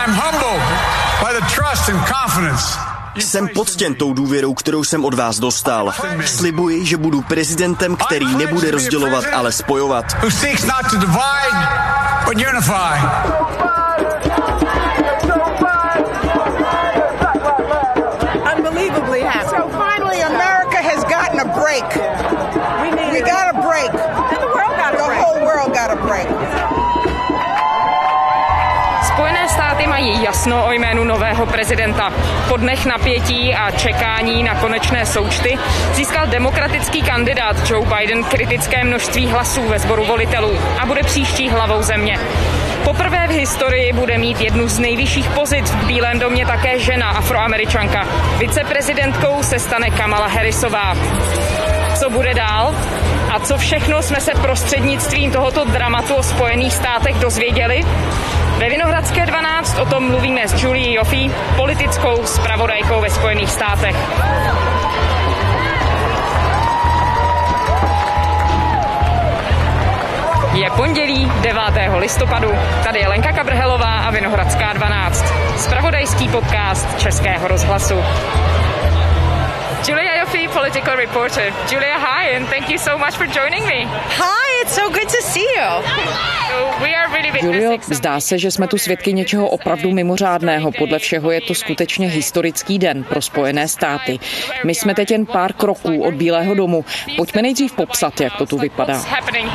Jsem poctěn tou důvěrou, kterou jsem od vás dostal. Slibuji, že budu prezidentem, který nebude rozdělovat, ale spojovat. Spojené státy mají jasno o jménu nového prezidenta. Po dnech napětí a čekání na konečné součty získal demokratický kandidát Joe Biden kritické množství hlasů ve sboru volitelů a bude příští hlavou země. Poprvé v historii bude mít jednu z nejvyšších pozic v Bílém domě také žena Afroameričanka. Viceprezidentkou se stane Kamala Harrisová. Co bude dál? A co všechno jsme se prostřednictvím tohoto dramatu o Spojených státech dozvěděli? Ve Vinohradské 12 o tom mluvíme s Julie Ioffe, politickou zpravodajkou ve Spojených státech. Je pondělí 9. listopadu. Tady je Lenka Kabrhelová a Vinohradská 12. Zpravodajský podcast Českého rozhlasu. Julia Ioffe, political reporter. Julia, hi, and thank you so much for joining me. Hi, it's so good to see you. Julio, zdá se, že jsme tu svědky něčeho opravdu mimořádného. Podle všeho je to skutečně historický den pro Spojené státy. My jsme teď jen pár kroků od Bílého domu. Pojďme nejdřív popsat, jak to tu vypadá.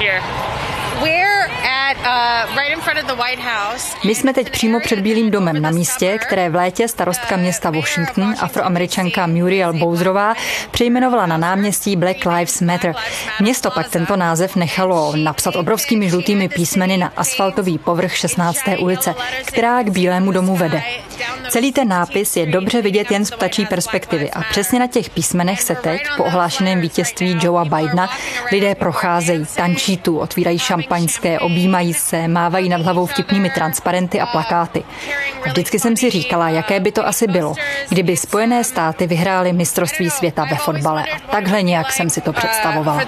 My jsme teď přímo před Bílým domem na místě, které v létě starostka města Washington, Afroameričanka Muriel Bowserová, přejmenovala na náměstí Black Lives Matter. Město pak tento název nechalo napsat obrovskými žlutými písmeny na asfaltový povrch 16. ulice, která k Bílému domu vede. Celý ten nápis je dobře vidět jen z ptačí perspektivy a přesně na těch písmenech se teď, po ohlášeném vítězství Joea Bidena, lidé procházejí, tančí tu, otvírají šampaňské, objímají se, mávají nad hlavou vtipnými transparenty a plakáty. A vždycky jsem si říkala, jaké by to asi bylo, kdyby Spojené státy vyhrály mistrovství světa ve fotbale. A takhle nějak jsem si to představovala.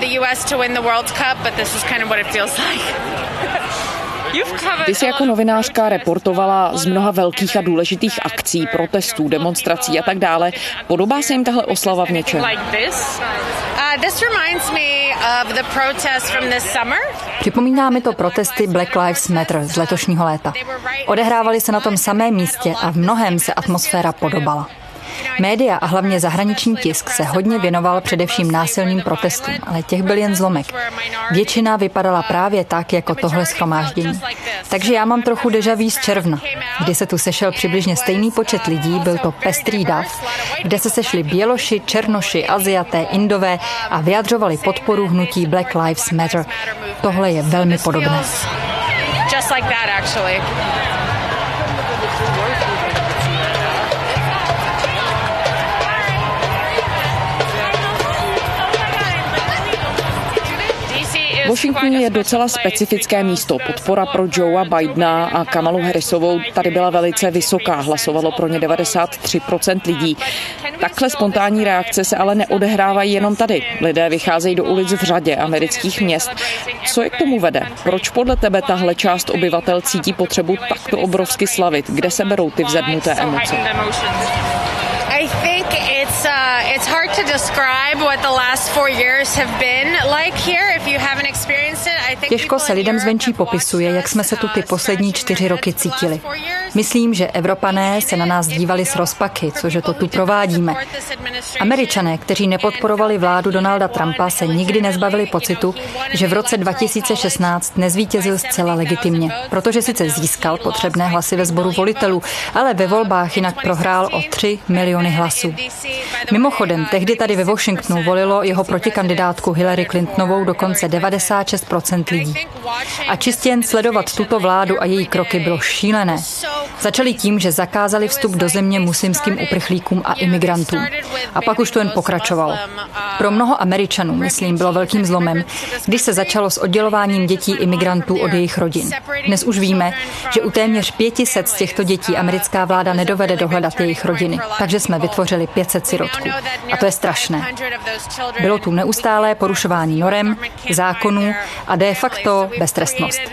Ty jsi jako novinářka reportovala z mnoha velkých a důležitých akcí, protestů, demonstrací a tak dále. Podobá se jim tahle oslava v něčem? Připomíná mi to protesty Black Lives Matter z letošního léta. Odehrávaly se na tom samém místě a v mnohém se atmosféra podobala. Média a hlavně zahraniční tisk se hodně věnoval především násilným protestům, ale těch byl jen zlomek. Většina vypadala právě tak, jako tohle shromáždění. Takže já mám trochu déjà vu z června, kdy se tu sešel přibližně stejný počet lidí, byl to pestrý dav, kde se sešli Běloši, Černoši, Aziaté, Indové a vyjadřovali podporu hnutí Black Lives Matter. Tohle je velmi podobné. Washington je docela specifické místo. Podpora pro Joea Bidena a Kamalu Harrisovou tady byla velice vysoká. Hlasovalo pro ně 93% lidí. Takhle spontánní reakce se ale neodehrávají jenom tady. Lidé vycházejí do ulic v řadě amerických měst. Co je k tomu vede? Proč podle tebe tahle část obyvatel cítí potřebu takto obrovsky slavit? Kde se berou ty vzedmuté emoce? It's hard to describe what the last 4 years have been like here if you haven't experienced it. I think těžko se lidem zvenčí popisuje, jak jsme se tu ty poslední 4 roky cítili. Myslím, že Evropané se na nás dívali s rozpaky, cože to tu provádíme. Američané, kteří nepodporovali vládu Donalda Trumpa, se nikdy nezbavili pocitu, že v roce 2016 nezvítězil zcela legitimně, protože sice získal potřebné hlasy ve sboru volitelů, ale ve volbách jinak prohrál o 3 miliony hlasů. Mimochodem, tehdy tady ve Washingtonu volilo jeho protikandidátku Hillary Clintonovou dokonce 96% lidí. A čistě jen sledovat tuto vládu a její kroky bylo šílené. Začali tím, že zakázali vstup do země muslimským uprchlíkům a imigrantům. A pak už to jen pokračovalo. Pro mnoho Američanů, myslím, bylo velkým zlomem, když se začalo s oddělováním dětí imigrantů od jejich rodin. Dnes už víme, že u téměř 500 z těchto dětí americká vláda nedovede dohledat jejich rodiny, takže jsme vytvořili 500 sirotků. A to je strašné. Bylo tu neustálé porušování norem, zákonů a de facto beztrestnost.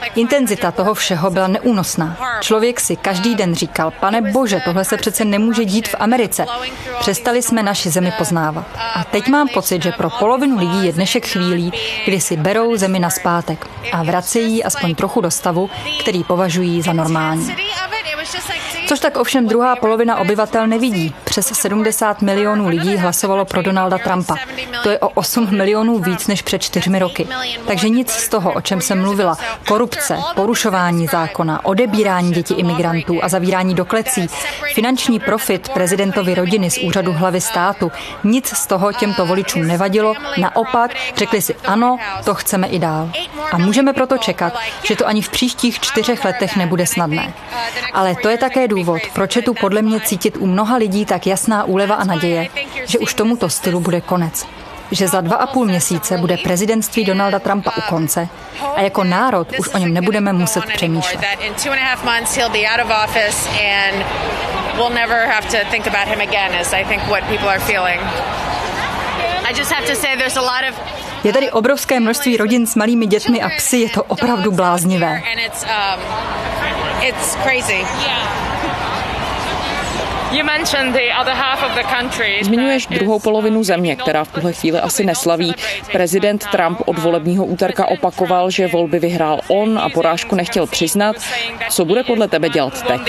Intenzita toho všeho byla neúnosná. Člověk si každý den říkal, pane bože, tohle se přece nemůže dít v Americe. Přestali jsme naši zemi poznávat. A teď mám pocit, že pro polovinu lidí je dnešek chvílí, kdy si berou zemi nazpátek a vracejí aspoň trochu do stavu, který považují za normální. Což tak ovšem druhá polovina obyvatel nevidí. Přes 70 milionů lidí hlasovalo pro Donalda Trumpa. To je o 8 milionů víc než před 4 roky. Takže nic z toho, o čem jsem mluvila, korupce, porušování zákona, odebírání dětí imigrantů a zavírání do klecí, finanční profit prezidentovy rodiny z úřadu hlavy státu, nic z toho těmto voličům nevadilo. Naopak řekli si ano, to chceme i dál. A můžeme proto čekat, že to ani v příštích 4 letech nebude snadné. Ale to je také důvod, proč je tu podle mě cítit u mnoha lidí tak jasná úleva a naděje, že už tomuto stylu bude konec. Že za 2,5 měsíce bude prezidentství Donalda Trumpa u konce a jako národ už o něm nebudeme muset přemýšlet. Je tady obrovské množství rodin s malými dětmi a psy, je to opravdu bláznivé. Zmiňuješ druhou polovinu země, která v tuhle chvíli asi neslaví. Prezident Trump od volebního úterka opakoval, že volby vyhrál on a porážku nechtěl přiznat. Co bude podle tebe dělat teď?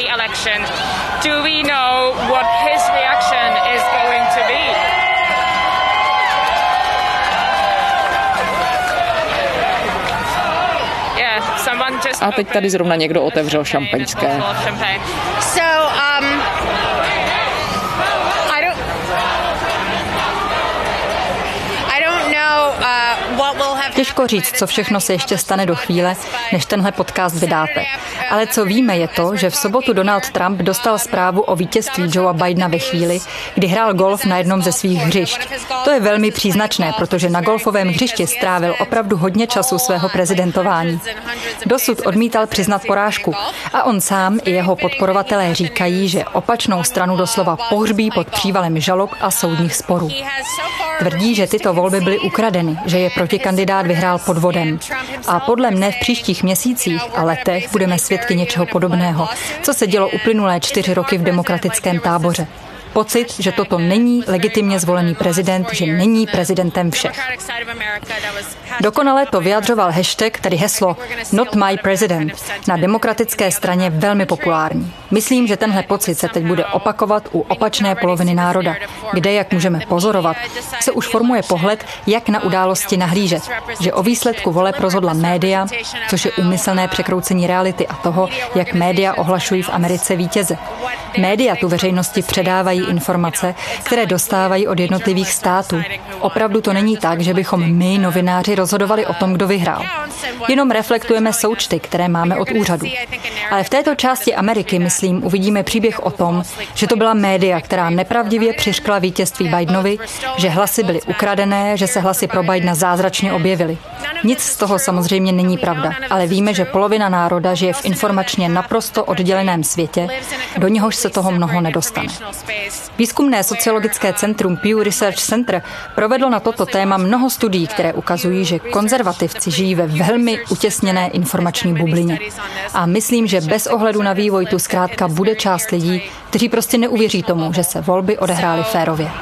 A teď tady zrovna někdo otevřel šampaňské. Těžko říct, co všechno se ještě stane do chvíle, než tenhle podcast vydáte. Ale co víme je to, že v sobotu Donald Trump dostal zprávu o vítězství Joea Bidena ve chvíli, kdy hrál golf na jednom ze svých hřišť. To je velmi příznačné, protože na golfovém hřišti strávil opravdu hodně času svého prezidentování. Dosud odmítal přiznat porážku a on sám i jeho podporovatelé říkají, že opačnou stranu doslova pohřbí pod přívalem žalob a soudních sporů. Tvrdí, že tyto volby byly ukradeny, že je protikandidát vyhrál podvodem. A podle mne v příštích měsících a letech budeme svědky něčeho podobného, co se dělo uplynulé 4 roky v demokratickém táboře. Pocit, že toto není legitimně zvolený prezident, že není prezidentem všech. Dokonale to vyjadřoval hashtag, tedy heslo Not My President, na demokratické straně velmi populární. Myslím, že tenhle pocit se teď bude opakovat u opačné poloviny národa, kde, jak můžeme pozorovat, se už formuje pohled, jak na události nahlížet, že o výsledku voleb rozhodla média, což je úmyslné překroucení reality a toho, jak média ohlašují v Americe vítěze. Média tu veřejnosti předávají informace, které dostávají od jednotlivých států. Opravdu to není tak, že bychom my, novináři, rozhodovali o tom, kdo vyhrál. Jenom reflektujeme součty, které máme od úřadu. Ale v této části Ameriky, myslím, uvidíme příběh o tom, že to byla média, která nepravdivě přiřkla vítězství Bidenovi, že hlasy byly ukradené, že se hlasy pro Bidena zázračně objevily. Nic z toho samozřejmě není pravda, ale víme, že polovina národa žije v informačně naprosto odděleném světě, do něhož se toho mnoho nedostane. Výzkumné sociologické centrum Pew Research Center provedlo na toto téma mnoho studií, které ukazují, že konzervativci žijí ve velmi utěsněné informační bublině. A myslím, že bez ohledu na vývoj tu zkrátka bude část lidí, kteří prostě neuvěří tomu, že se volby odehrály férově.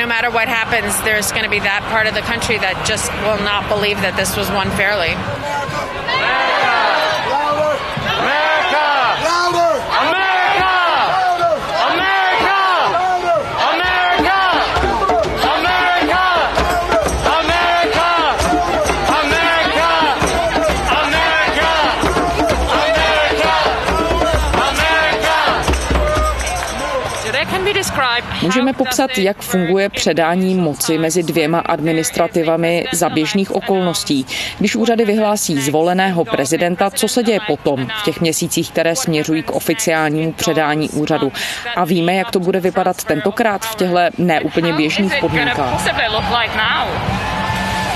Můžeme popsat, jak funguje předání moci mezi dvěma administrativami za běžných okolností. Když úřady vyhlásí zvoleného prezidenta, co se děje potom v těch měsících, které směřují k oficiálnímu předání úřadu. A víme, jak to bude vypadat tentokrát v těchto neúplně běžných podmínkách. So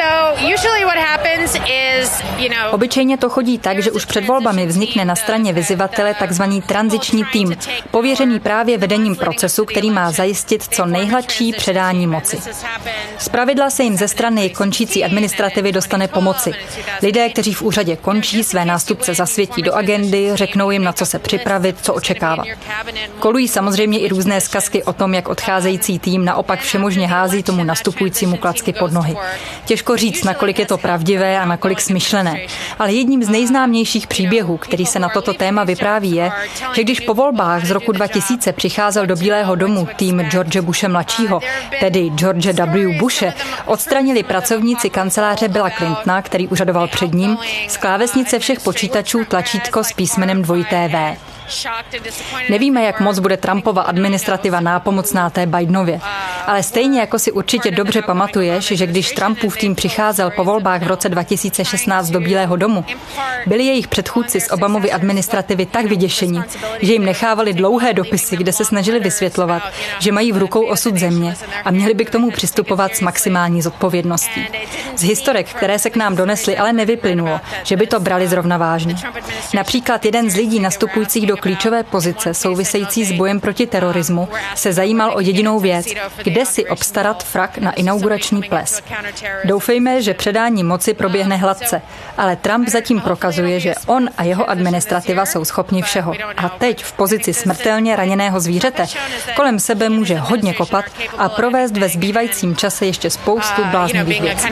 Obyčejně to chodí tak, že už před volbami vznikne na straně vyzývatele takzvaný tranziční tým, pověřený právě vedením procesu, který má zajistit co nejhladší předání moci. Zpravidla se jim ze strany končící administrativy dostane pomoci. Lidé, kteří v úřadě končí, své nástupce zasvětí do agendy, řeknou jim, na co se připravit, co očekávat. Kolují samozřejmě i různé zkazky o tom, jak odcházející tým naopak všemožně hází tomu nastupujícímu klacky pod nohy. Těžko říct, nakolik je to pravdivé a nakolik smyšlené, ale jedním z nejznámějších příběhů, který se na toto téma vypráví, je, že když po volbách z roku 2000 přicházel do Bílého domu tým George Bushe mladšího, tedy George W. Bushe, odstranili pracovníci kanceláře Billa Clintona, který úřadoval před ním, z klávesnice všech počítačů tlačítko s písmenem V. Nevíme, jak moc bude Trumpova administrativa nápomocná té Bidenově, ale stejně jako si určitě dobře pamatuješ, že když Trumpův tým přicházel po volbách v roce 2016 do Bílého domu, byli jejich předchůdci z Obamovy administrativy tak vyděšeni, že jim nechávali dlouhé dopisy, kde se snažili vysvětlovat, že mají v rukou osud země a měli by k tomu přistupovat s maximální zodpovědností. Z historek, které se k nám donesly, ale nevyplynulo, že by to brali zrovna vážně. Například jeden z lidí nastupujících do klíčové pozice související s bojem proti terorismu se zajímal o jedinou věc, kde si obstarat frak na inaugurační ples. Doufejme, že předání moci proběhne hladce, ale Trump zatím prokazuje, že on a jeho administrativa jsou schopni všeho. A teď v pozici smrtelně raněného zvířete kolem sebe může hodně kopat a provést ve zbývajícím čase ještě spoustu bláznivých věcí.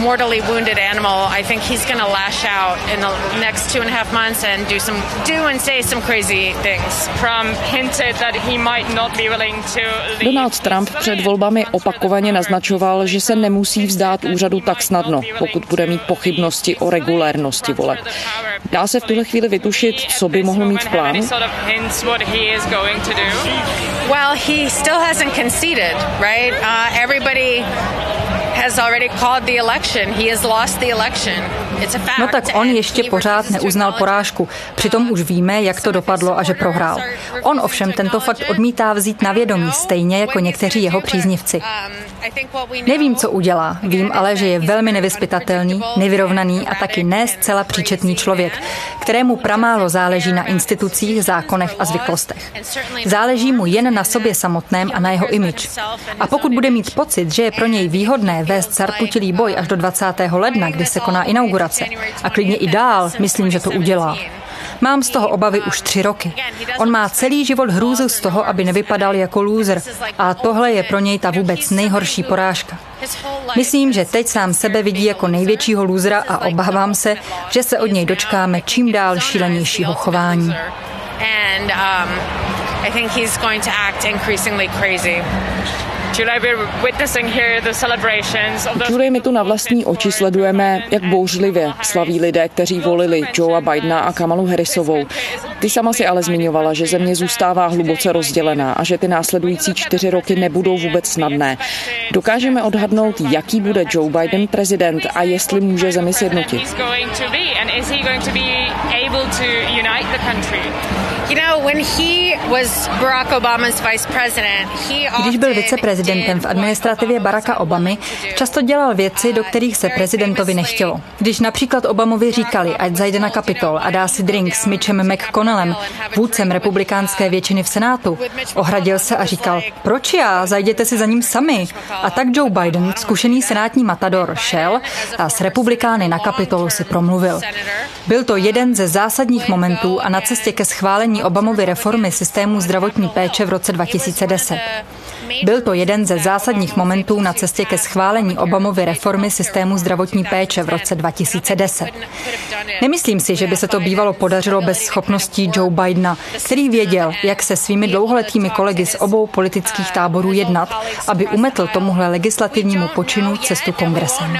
Donald Trump před volbami opakovaně naznačoval, že se nemusí vzdát úřadu tak snadno, pokud bude mít pochybnosti o regulérnosti voleb. Dá se v tuhle chvíli vytušit, co by mohl mít v plánu? Well, he still hasn't conceded, right? Everybody has already called the election. He has lost the election. It's a fact. No tak on ještě pořád neuznal porážku. Přitom už víme, jak to dopadlo a že prohrál. On ovšem tento fakt odmítá vzít na vědomí, stejně jako někteří jeho příznivci. Nevím, co udělá. Vím ale, že je velmi nevyzpytatelný, nevyrovnaný a taky ne zcela příčetný člověk, kterému pramálo záleží na institucích, zákonech a zvyklostech. Záleží mu jen na sobě samotném a na jeho image. A pokud bude mít pocit, že je pro něj výhodné vést zarputilý boj až do 20. ledna, kdy se koná inaugurace, a klidně i dál, myslím, že to udělá. Mám z toho obavy už 3 roky. On má celý život hrůzu z toho, aby nevypadal jako loser. A tohle je pro něj ta vůbec nejhorší porážka. Myslím, že teď sám sebe vidí jako největšího losera a obávám se, že se od něj dočkáme čím dál šílenějšího chování. Julie, my tu na vlastní oči sledujeme, jak bouřlivě slaví lidé, kteří volili Joea Bidena a Kamalu Harrisovou. Ty sama si ale zmiňovala, že země zůstává hluboce rozdělená a že ty následující 4 roky nebudou vůbec snadné. Dokážeme odhadnout, jaký bude Joe Biden prezident a jestli může zemi sjednotit? Když byl viceprezidentem v administrativě Baracka Obamy, často dělal věci, do kterých se prezidentovi nechtělo. Když například Obamovi říkali, ať zajde na Kapitol a dá si drink s Mitchem McConnellem, vůdcem republikánské většiny v Senátu, ohradil se a říkal, proč já, zajděte si za ním sami. A tak Joe Biden, zkušený senátní matador, šel a s republikány na Kapitolu si promluvil. Byl to jeden ze zásadních momentů a na cestě ke schválení Obamovy reformy systému zdravotní péče v roce 2010. Byl to jeden ze zásadních momentů na cestě ke schválení Obamovy reformy systému zdravotní péče v roce 2010. Nemyslím si, že by se to bývalo podařilo bez schopností Joe Bidena, který věděl, jak se svými dlouholetými kolegy z obou politických táborů jednat, aby umetl tomuhle legislativnímu počinu cestu kongresem.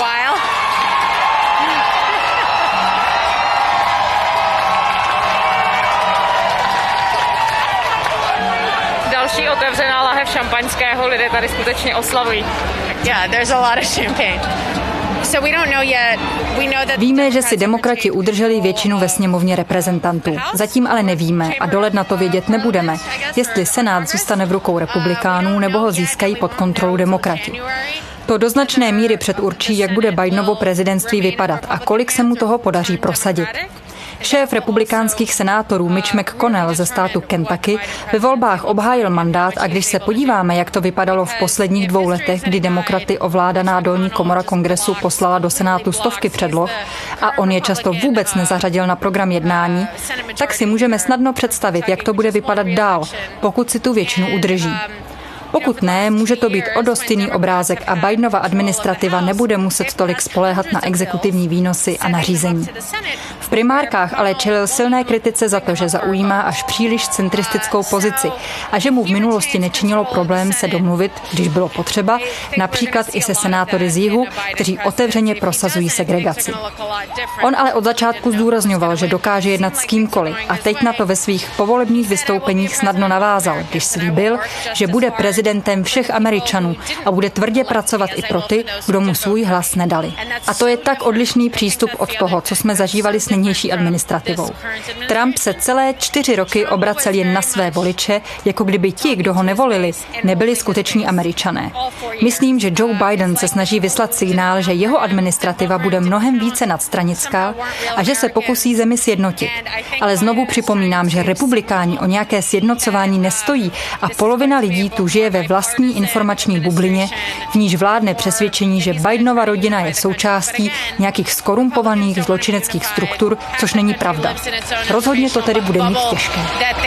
Další otevřená lahev šampaňského, lidé tady skutečně oslavují. Víme, že si demokrati udrželi většinu ve sněmovně reprezentantů. Zatím ale nevíme a do ledna to vědět nebudeme, jestli Senát zůstane v rukou republikánů nebo ho získají pod kontrolu demokrati. To do značné míry předurčí, jak bude Bidenovo prezidentství vypadat a kolik se mu toho podaří prosadit. Šéf republikánských senátorů Mitch McConnell ze státu Kentucky ve volbách obhájil mandát a když se podíváme, jak to vypadalo v posledních 2 letech, kdy demokraty ovládaná dolní komora kongresu poslala do senátu stovky předloh a on je často vůbec nezařadil na program jednání, tak si můžeme snadno představit, jak to bude vypadat dál, pokud si tu většinu udrží. Pokud ne, může to být o dost jiný obrázek a Bidenova administrativa nebude muset tolik spoléhat na exekutivní výnosy a nařízení. V primárkách ale čelil silné kritice za to, že zaujímá až příliš centristickou pozici a že mu v minulosti nečinilo problém se domluvit, když bylo potřeba, například i se senátory z jihu, kteří otevřeně prosazují segregaci. On ale od začátku zdůrazňoval, že dokáže jednat s kýmkoliv a teď na to ve svých povolebních vystoupeních snadno navázal, když slíbil, že bude prezidentem všech Američanů a bude tvrdě pracovat i pro ty, kdo mu svůj hlas nedali. A to je tak odlišný přístup od toho, co jsme zažívali s nynější administrativou. Trump se celé 4 roky obracel jen na své voliče, jako kdyby ti, kdo ho nevolili, nebyli skuteční Američané. Myslím, že Joe Biden se snaží vyslat signál, že jeho administrativa bude mnohem více nadstranická a že se pokusí zemi sjednotit. Ale znovu připomínám, že republikáni o nějaké sjednocování nestojí a polovina lidí tu žije ve vlastní informační bublině, v níž vládne přesvědčení, že Bidenova rodina je součástí nějakých skorumpovaných zločineckých struktur, což není pravda. Rozhodně to tedy bude mít těžké.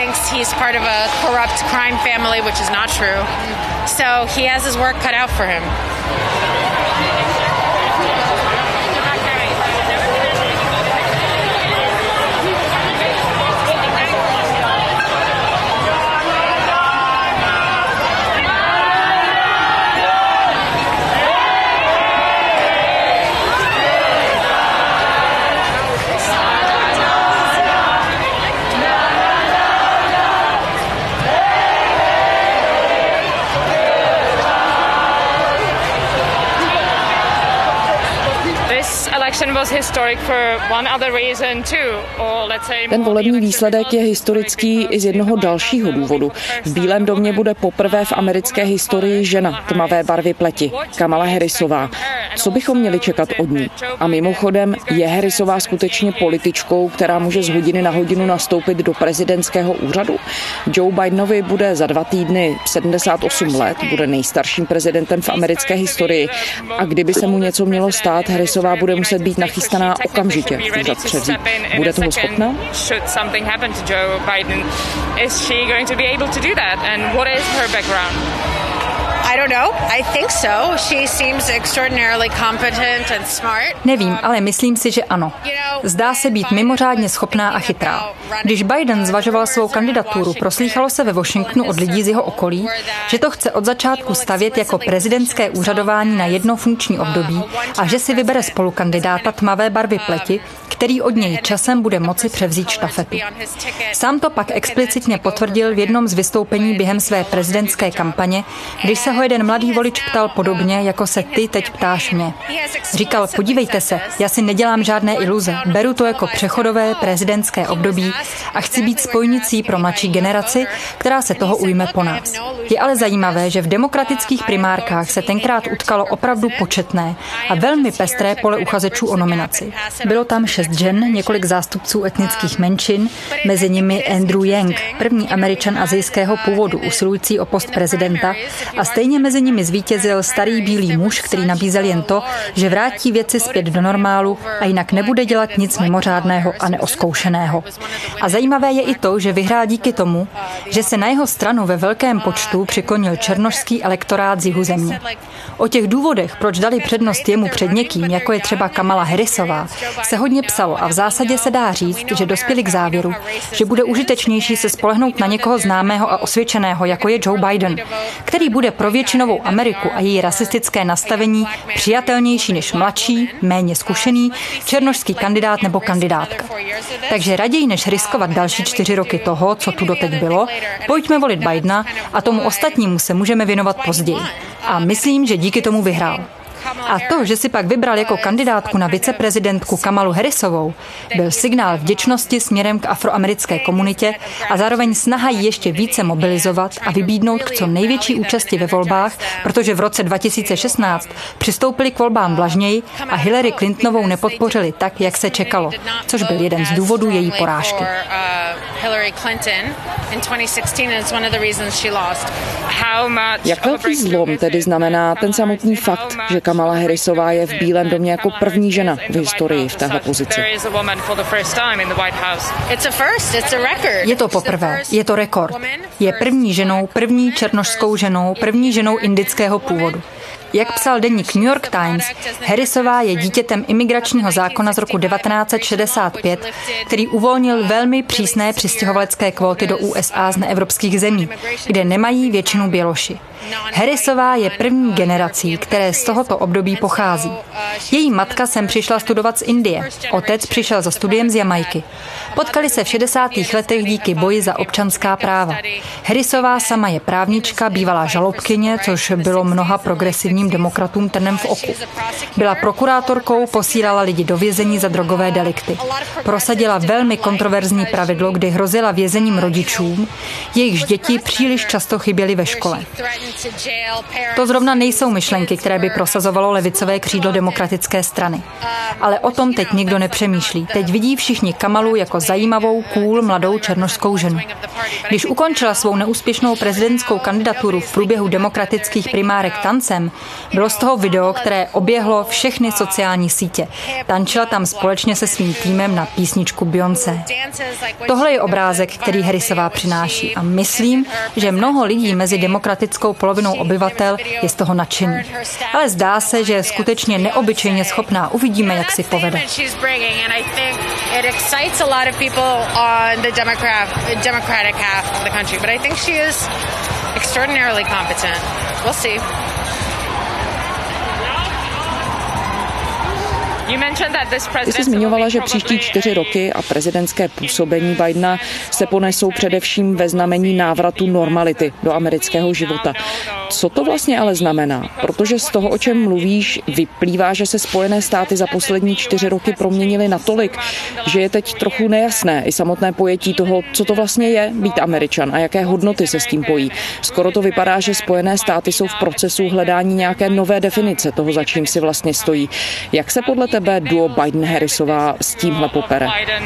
Ten volební výsledek je historický i z jednoho dalšího důvodu. V Bílém domě bude poprvé v americké historii žena tmavé barvy pleti, Kamala Harrisová. Co bychom měli čekat od ní? A mimochodem, je Harrisová skutečně političkou, která může z hodiny na hodinu nastoupit do prezidentského úřadu? Joe Bidenovi bude za 2 týdny 78 let, bude nejstarším prezidentem v americké historii a kdyby se mu něco mělo stát, Harrisová bude muset být nachystaná okamžitě úřad převzít. Bude toho schopná? Nevím, ale myslím si, že ano. Zdá se být mimořádně schopná a chytrá. Když Biden zvažoval svou kandidaturu, proslýchalo se ve Washingtonu od lidí z jeho okolí, že to chce od začátku stavět jako prezidentské úřadování na jedno funkční období a že si vybere spolukandidáta tmavé barvy pleti, který od něj časem bude moci převzít štafetu. Sám to pak explicitně potvrdil v jednom z vystoupení během své prezidentské kampaně, když se ho jeden mladý volič ptal podobně, jako se ty teď ptáš mě. Říkal, podívejte se, já si nedělám žádné iluze, beru to jako přechodové prezidentské období a chci být spojnicí pro mladší generaci, která se toho ujme po nás. Je ale zajímavé, že v demokratických primárkách se tenkrát utkalo opravdu početné a velmi pestré pole uchazečů o nominaci. Bylo tam 6 žen, několik zástupců etnických menšin, mezi nimi Andrew Yang, první Američan asijského původu usilující o post prezidenta, a stejně mezi nimi zvítězil starý bílý muž, který nabízel jen to, že vrátí věci zpět do normálu a jinak nebude dělat nic mimořádného a neozkoušeného. A zajímavé je i to, že vyhrál díky tomu, že se na jeho stranu ve velkém počtu přiklonil černošský elektorát z jihu země. O těch důvodech, proč dali přednost jemu před někým, jako je třeba Kamala Harrisová, se hodně psalo a v zásadě se dá říct, že dospěli k závěru, že bude užitečnější se spolehnout na někoho známého a osvědčeného, jako je Joe Biden, který bude pro většinovou Ameriku a její rasistické nastavení přijatelnější než mladší, méně zkušený, černošský kandidát nebo kandidátka. Takže raději než riskovat další 4 roky toho, co tu doteď bylo, pojďme volit Bidena a tomu ostatnímu se můžeme věnovat později. A myslím, že díky tomu vyhrál. A to, že si pak vybral jako kandidátku na viceprezidentku Kamalu Harrisovou, byl signál vděčnosti směrem k afroamerické komunitě a zároveň snaha ji ještě více mobilizovat a vybídnout k co největší účasti ve volbách, protože v roce 2016 přistoupili k volbám vlažněji a Hillary Clintonovou nepodpořili tak, jak se čekalo, což byl jeden z důvodů její porážky. Jak velký zlom tedy znamená ten samotný fakt, že Kamala Harrisová je v Bílém domě jako první žena v historii v téhle pozici? Je to poprvé, je to rekord. Je první ženou, první černošskou ženou, první ženou indického původu. Jak psal deník New York Times, Harrisová je dítětem imigračního zákona z roku 1965, který uvolnil velmi přísné přistěhovalecké kvóty do USA z neevropských zemí, kde nemají většinu běloši. Harrisová je první generací, které z tohoto období pochází. Její matka sem přišla studovat z Indie, otec přišel za studiem z Jamajky. Potkali se v 60. letech díky boji za občanská práva. Harrisová sama je právnička, bývalá žalobkyně, což bylo mnoha progresivním demokratům trnem v oku. Byla prokurátorkou, posílala lidi do vězení za drogové delikty. Prosadila velmi kontroverzní pravidlo, kdy hrozila vězením rodičům, jejichž děti příliš často chyběly ve škole. To zrovna nejsou myšlenky, které by prosazovalo levicové křídlo demokratické strany. Ale o tom teď nikdo nepřemýšlí. Teď vidí všichni Kamalu jako zajímavou, cool, mladou černošskou ženu. Když ukončila svou neúspěšnou prezidentskou kandidaturu v průběhu demokratických primárek tancem, bylo z toho video, které oběhlo všechny sociální sítě. Tančila tam společně se svým týmem na písničku Beyoncé. Tohle je obrázek, který Harrisová přináší a myslím, že mnoho lidí mezi demokratickou polovinou obyvatel je z toho nadšení. Ale zdá se, že je skutečně neobyčejně schopná. Uvidíme, jak si povede. Ty jsi zmiňovala, že příští 4 roky a prezidentské působení Bidena se ponesou především ve znamení návratu normality do amerického života. Co to vlastně ale znamená? Protože z toho, o čem mluvíš, vyplývá, že se Spojené státy za poslední 4 roky proměnily natolik, že je teď trochu nejasné i samotné pojetí toho, co to vlastně je být Američan a jaké hodnoty se s tím pojí. Skoro to vypadá, že Spojené státy jsou v procesu hledání nějaké nové definice toho, za čím si vlastně stojí. Jak se podle tebe duo Biden-Harrisová s tímhle popere?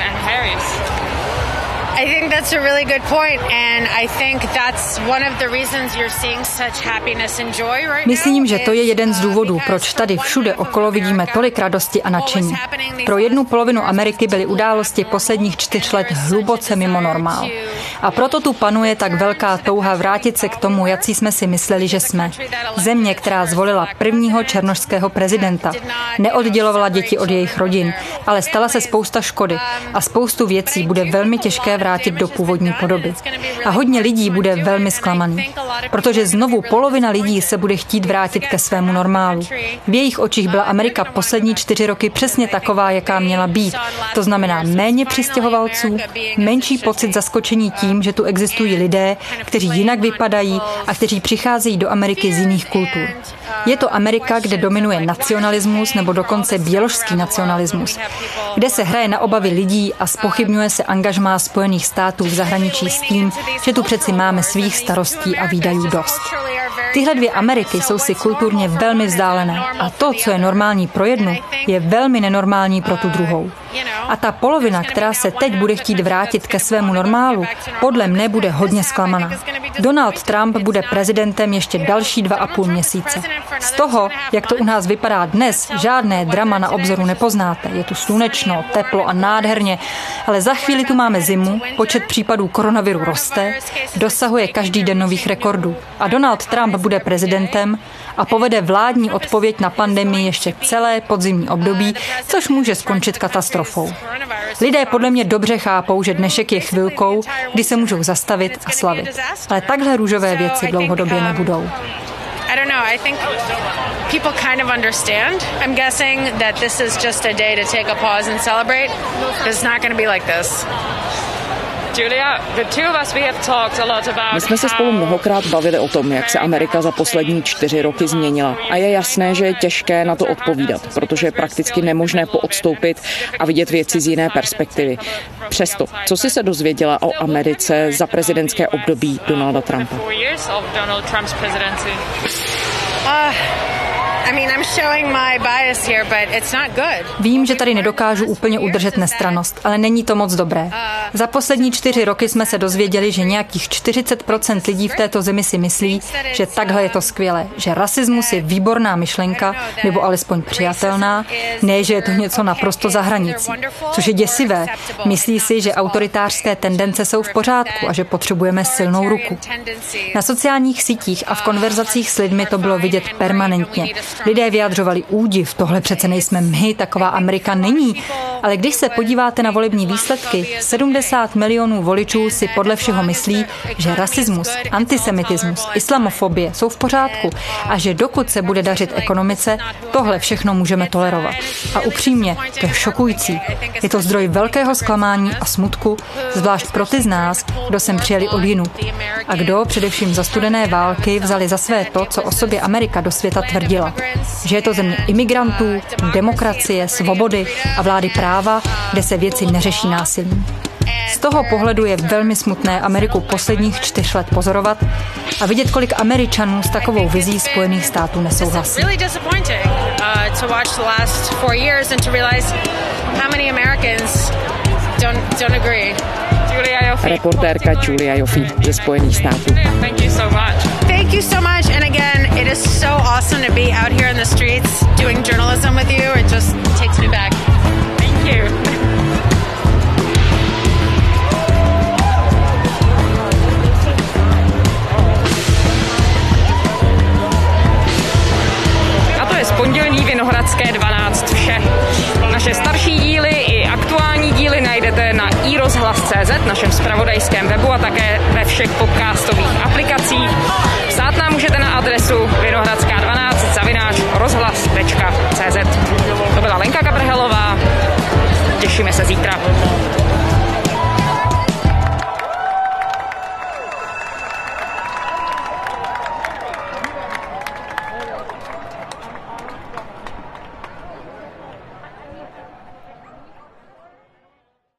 I think that's a really good point and I think that's one of the reasons you're seeing such happiness and joy right now. Myslím, že to je jeden z důvodů, proč tady všude okolo vidíme tolik radosti a nadšení. Pro jednu polovinu Ameriky byly události posledních 4 let hluboce mimo normál. A proto tu panuje tak velká touha vrátit se k tomu, jací jsme si mysleli, že jsme. Země, která zvolila prvního černošského prezidenta, neoddělovala děti od jejich rodin, ale stala se spousta škody a spoustu věcí bude velmi těžké vrátit do původní podoby. A hodně lidí bude velmi zklamaný, protože znovu polovina lidí se bude chtít vrátit ke svému normálu. V jejich očích byla Amerika poslední 4 roky přesně taková, jaká měla být. To znamená méně přistěhovalců, menší pocit zaskočení tím, že tu existují lidé, kteří jinak vypadají a kteří přicházejí do Ameriky z jiných kultur. Je to Amerika, kde dominuje nacionalismus nebo dokonce běložský nacionalismus, kde se hraje na obavy lidí a zpochybňuje se angažmá Spojených států v zahraničí s tím, že tu přeci máme svých starostí a výdajů dost. Tyhle 2 Ameriky jsou si kulturně velmi vzdálené a to, co je normální pro jednu, je velmi nenormální pro tu druhou. A ta polovina, která se teď bude chtít vrátit ke svému normálu, podle mne bude hodně zklamaná. Donald Trump bude prezidentem ještě další 2,5 měsíce. Z toho, jak to u nás vypadá dnes, žádné drama na obzoru nepoznáte. Je tu slunečno, teplo a nádherně, ale za chvíli tu máme zimu, počet případů koronaviru roste, dosahuje každý den nových rekordů. A Donald Trump bude prezidentem a povede vládní odpověď na pandemii ještě celé podzimní období, což může skončit katastrofou. Lidé podle mě dobře chápou, že dnešek je chvilkou, kdy se můžou zastavit a slavit. Ale takhle růžové věci dlouhodobě nebudou. I don't know, I think people kind of understand. I'm guessing that this is just a day to take a pause and celebrate. It's not going to be like this. My jsme se spolu mnohokrát bavili o tom, jak se Amerika za poslední 4 roky změnila. A je jasné, že je těžké na to odpovídat, protože je prakticky nemožné poodstoupit a vidět věci z jiné perspektivy. Přesto, co jsi se dozvěděla o Americe za prezidentské období Donalda Trumpa? Vím, že tady nedokážu úplně udržet nestrannost, ale není to moc dobré. Za poslední 4 roky jsme se dozvěděli, že nějakých 40% lidí v této zemi si myslí, že takhle je to skvělé, že rasismus je výborná myšlenka, nebo alespoň přijatelná, ne, že je to něco naprosto za hranicí, což je děsivé. Myslí si, že autoritářské tendence jsou v pořádku a že potřebujeme silnou ruku. Na sociálních sítích a v konverzacích s lidmi to bylo vidět permanentně. Lidé vyjadřovali údiv, tohle přece nejsme my, taková Amerika není. Ale když se podíváte na volební výsledky, 70 milionů voličů si podle všeho myslí, že rasismus, antisemitismus, islamofobie jsou v pořádku a že dokud se bude dařit ekonomice, tohle všechno můžeme tolerovat. A upřímně, to je šokující. Je to zdroj velkého zklamání a smutku, zvlášť pro ty z nás, kdo sem přijeli odjinud. A kdo především za studené války vzali za své to, co o sobě Amerika do světa tvrdila. Že je to země imigrantů, demokracie, svobody a vlády práva, kde se věci neřeší násilím. Z toho pohledu je velmi smutné Ameriku posledních 4 let pozorovat a vidět, kolik Američanů s takovou vizí Spojených států nesouhlasí. Reportérka Julia Joffe ze Spojených států. Thank you so much. And again, it is so awesome to be out here in the streets doing journalism with you. It just takes me back. Thank you. A to je z pondělí Vinohradské 12 vše. Naše starší díly i aktuální díly najdete na iRozhlas.cz, našem zpravodajském webu a také ve všech podcastových aplikacích. Psát nám můžete na adresu vinohradská12@rozhlas.cz. To byla Lenka Kabrhelová. Těšíme se zítra.